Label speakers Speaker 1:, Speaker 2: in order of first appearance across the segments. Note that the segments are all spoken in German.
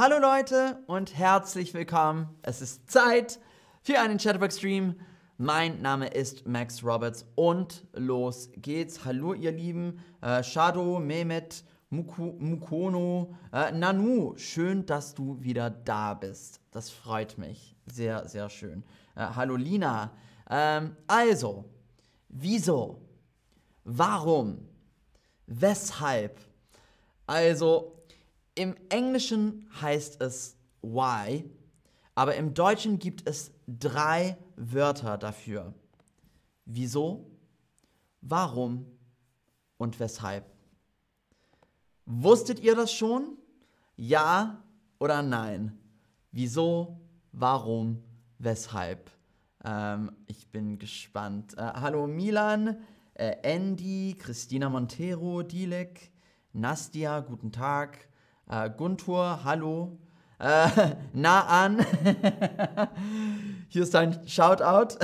Speaker 1: Hallo Leute und herzlich willkommen. Es ist Zeit für einen Chatterbox-Stream. Mein Name ist Max Roberts und los geht's. Hallo ihr Lieben, Shadow, Mehmet, Mukono, Nanu, schön, dass du wieder da bist. Das freut mich. Sehr, sehr schön. Hallo Lina. Also, wieso? Warum? Weshalb? Also, im Englischen heißt es why, aber im Deutschen gibt es 3 Wörter dafür. Wieso, warum und weshalb. Wusstet ihr das schon? Ja oder nein? Wieso, warum, weshalb? Ich bin gespannt. Hallo Milan, Andy, Christina Montero, Dilek, Nastia, guten Tag. Guntur, hallo. Na an. Hier ist ein Shoutout.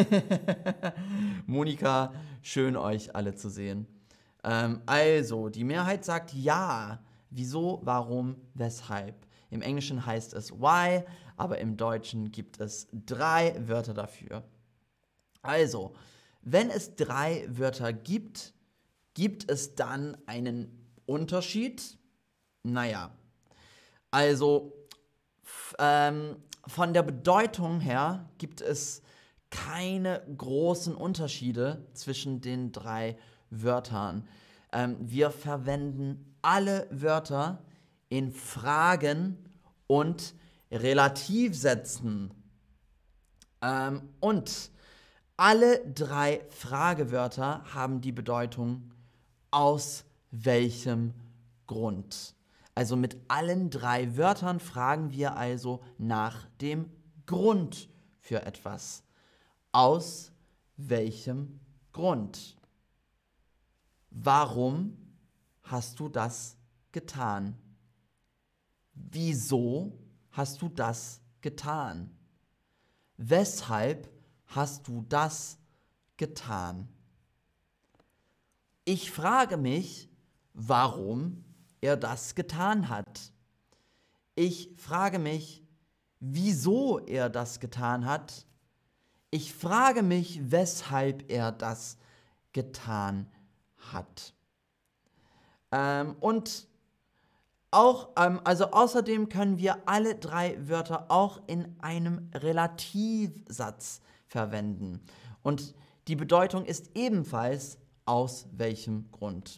Speaker 1: Monika, schön euch alle zu sehen. Also, die Mehrheit sagt ja. Wieso, warum, weshalb? Im Englischen heißt es why, aber im Deutschen gibt es 3 Wörter dafür. Also, wenn es 3 Wörter gibt, gibt es dann einen Unterschied? Naja, also von der Bedeutung her gibt es keine großen Unterschiede zwischen den 3 Wörtern. Wir verwenden alle Wörter in Fragen und Relativsätzen. Und alle 3 Fragewörter haben die Bedeutung aus welchem Grund. Also mit allen 3 Wörtern fragen wir also nach dem Grund für etwas. Aus welchem Grund? Warum hast du das getan? Wieso hast du das getan? Weshalb hast du das getan? Ich frage mich, warum er das getan hat. Ich frage mich, wieso er das getan hat. Ich frage mich, weshalb er das getan hat. Und auch, also außerdem können wir alle 3 Wörter auch in einem Relativsatz verwenden. Und die Bedeutung ist ebenfalls aus welchem Grund.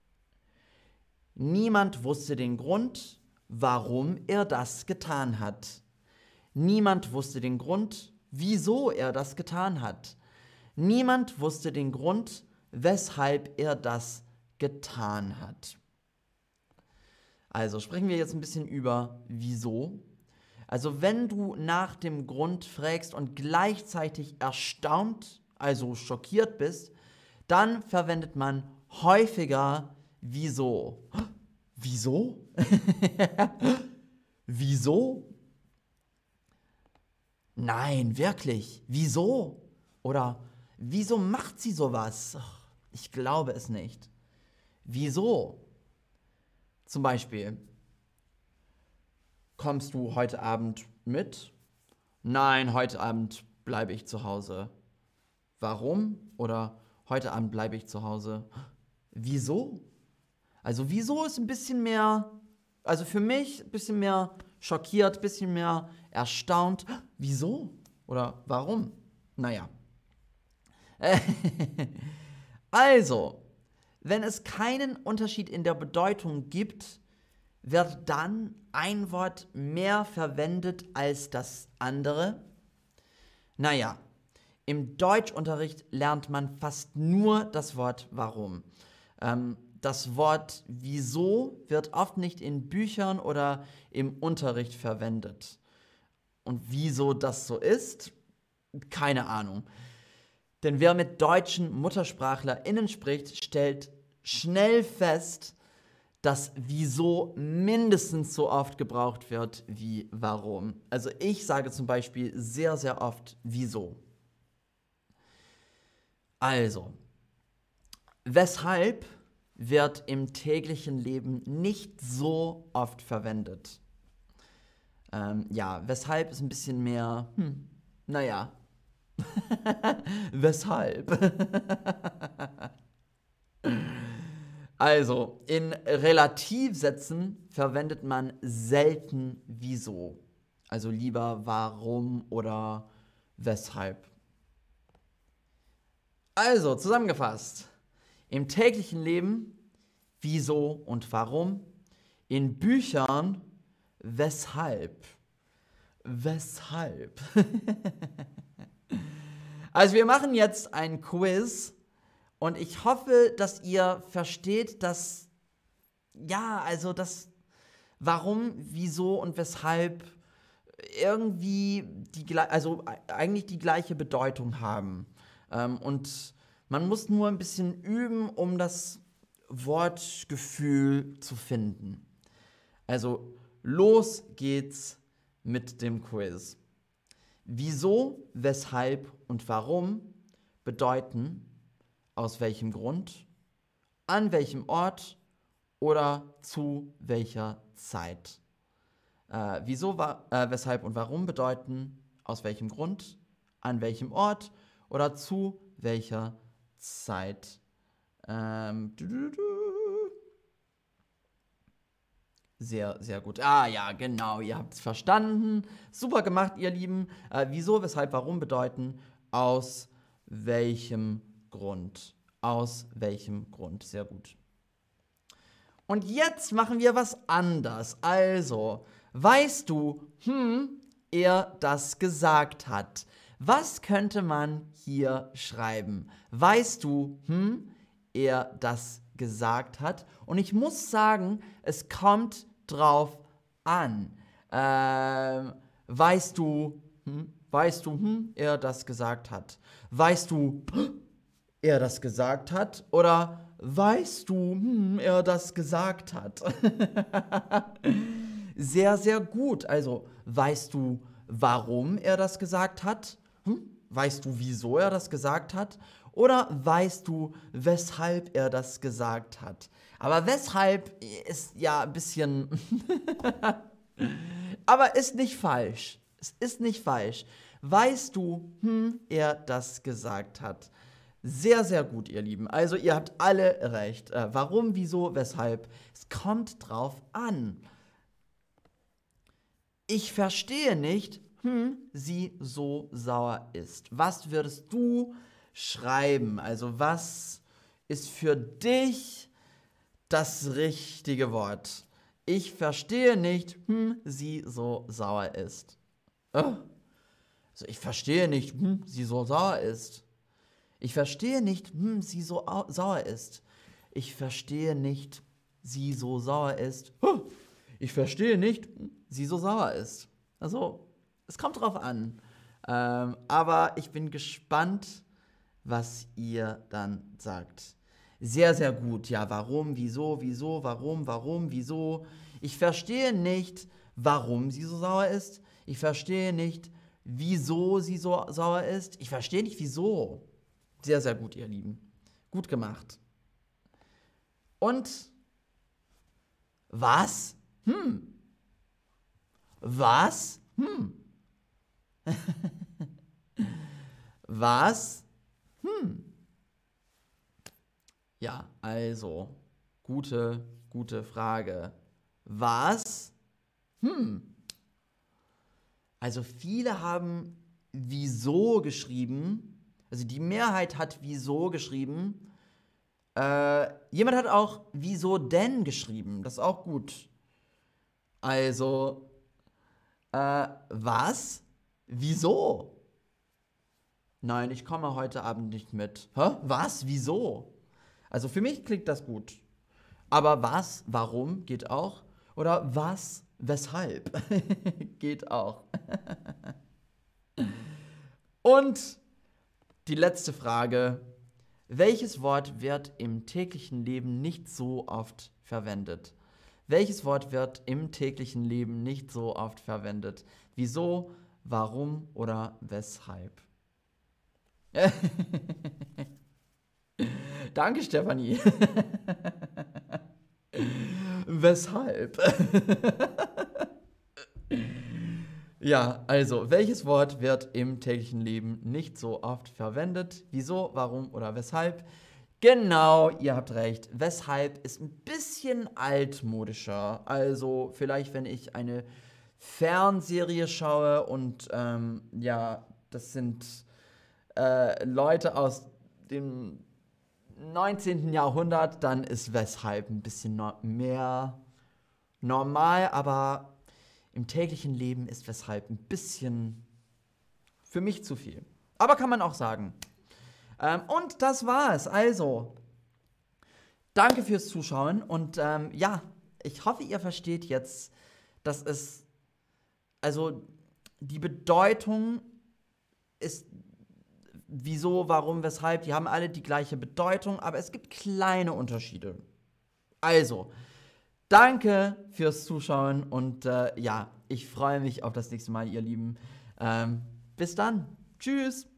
Speaker 1: Niemand wusste den Grund, warum er das getan hat. Niemand wusste den Grund, wieso er das getan hat. Niemand wusste den Grund, weshalb er das getan hat. Also sprechen wir jetzt ein bisschen über wieso. Also wenn du nach dem Grund fragst und gleichzeitig erstaunt, also schockiert bist, dann verwendet man häufiger wieso. Wieso? Wieso? Nein, wirklich. Wieso? Oder wieso macht sie sowas? Ich glaube es nicht. Wieso? Zum Beispiel, kommst du heute Abend mit? Nein, heute Abend bleibe ich zu Hause. Warum? Oder heute Abend bleibe ich zu Hause. Wieso? Also wieso ist ein bisschen mehr, also für mich ein bisschen mehr schockiert, ein bisschen mehr erstaunt. Wieso? Oder warum? Naja. Also, wenn es keinen Unterschied in der Bedeutung gibt, wird dann ein Wort mehr verwendet als das andere? Naja, im Deutschunterricht lernt man fast nur das Wort warum. Das Wort wieso wird oft nicht in Büchern oder im Unterricht verwendet. Und wieso das so ist? Keine Ahnung. Denn wer mit deutschen MuttersprachlerInnen spricht, stellt schnell fest, dass wieso mindestens so oft gebraucht wird wie warum. Also ich sage zum Beispiel sehr, sehr oft wieso. Also, weshalb wird im täglichen Leben nicht so oft verwendet? Ja, weshalb ist ein bisschen mehr, naja, weshalb? Also, in Relativsätzen verwendet man selten wieso. Also lieber warum oder weshalb. Also, zusammengefasst. Im täglichen Leben wieso und warum. In Büchern weshalb. Weshalb. Also wir machen jetzt ein Quiz und ich hoffe, dass ihr versteht, dass, ja, also das warum, wieso und weshalb irgendwie eigentlich die gleiche Bedeutung haben. Und man muss nur ein bisschen üben, um das Wortgefühl zu finden. Also los geht's mit dem Quiz. Wieso, weshalb und warum bedeuten aus welchem Grund, an welchem Ort oder zu welcher Zeit. Wieso, weshalb und warum bedeuten aus welchem Grund, an welchem Ort oder zu welcher Zeit. Sehr, sehr gut. Ah ja, genau, ihr habt es verstanden. Super gemacht, ihr Lieben. Wieso, weshalb, warum bedeuten aus welchem Grund. Aus welchem Grund. Sehr gut. Und jetzt machen wir was anders. Also, weißt du, er das gesagt hat. Was könnte man hier schreiben? Weißt du, er das gesagt hat? Und ich muss sagen, es kommt drauf an. Weißt du, er das gesagt hat? Weißt du, er das gesagt hat? Oder weißt du, er das gesagt hat? Sehr, sehr gut. Also, weißt du, warum er das gesagt hat? Weißt du, wieso er das gesagt hat? Oder weißt du, weshalb er das gesagt hat? Aber weshalb ist ja ein bisschen... Aber ist nicht falsch. Es ist nicht falsch. Weißt du, er das gesagt hat? Sehr, sehr gut, ihr Lieben. Also ihr habt alle recht. Warum, wieso, weshalb? Es kommt drauf an. Ich verstehe nicht, sie so sauer ist. Was würdest du schreiben? Also was ist für dich das richtige Wort? Ich verstehe nicht, sie so sauer ist. Also ich verstehe nicht, sie so sauer ist. Ich verstehe nicht, sie so sauer ist. Ich verstehe nicht, sie so sauer ist. Ich verstehe nicht, sie so sauer ist. Also, es kommt drauf an. Aber ich bin gespannt, was ihr dann sagt. Sehr, sehr gut. Ja, warum, wieso, warum, wieso. Ich verstehe nicht, warum sie so sauer ist. Ich verstehe nicht, wieso sie so sauer ist. Ich verstehe nicht, wieso. Sehr, sehr gut, ihr Lieben. Gut gemacht. Und was? Was? Was? Ja, also, gute Frage. Was? Also viele haben wieso geschrieben. Also die Mehrheit hat wieso geschrieben. Jemand hat auch wieso denn geschrieben. Das ist auch gut. Also, was? Wieso? Nein, ich komme heute Abend nicht mit. Hä? Was? Wieso? Also für mich klingt das gut. Aber was? Warum? Geht auch. Oder was? Weshalb? Geht auch. Und die letzte Frage. Welches Wort wird im täglichen Leben nicht so oft verwendet? Welches Wort wird im täglichen Leben nicht so oft verwendet? Wieso, warum oder weshalb? Danke, Stefanie. Weshalb? Ja, also, welches Wort wird im täglichen Leben nicht so oft verwendet? Wieso, warum oder weshalb? Genau, ihr habt recht. Weshalb ist ein bisschen altmodischer. Also, vielleicht, wenn ich eine Fernserie schaue und ja, das sind Leute aus dem 19. Jahrhundert, dann ist weshalb ein bisschen mehr normal, aber im täglichen Leben ist weshalb ein bisschen für mich zu viel. Aber kann man auch sagen. Und das war's. Also, danke fürs Zuschauen und ja, ich hoffe, ihr versteht jetzt, dass es, also die Bedeutung ist wieso, warum, weshalb, die haben alle die gleiche Bedeutung, aber es gibt kleine Unterschiede. Also, danke fürs Zuschauen und ja, ich freue mich auf das nächste Mal, ihr Lieben. Bis dann. Tschüss.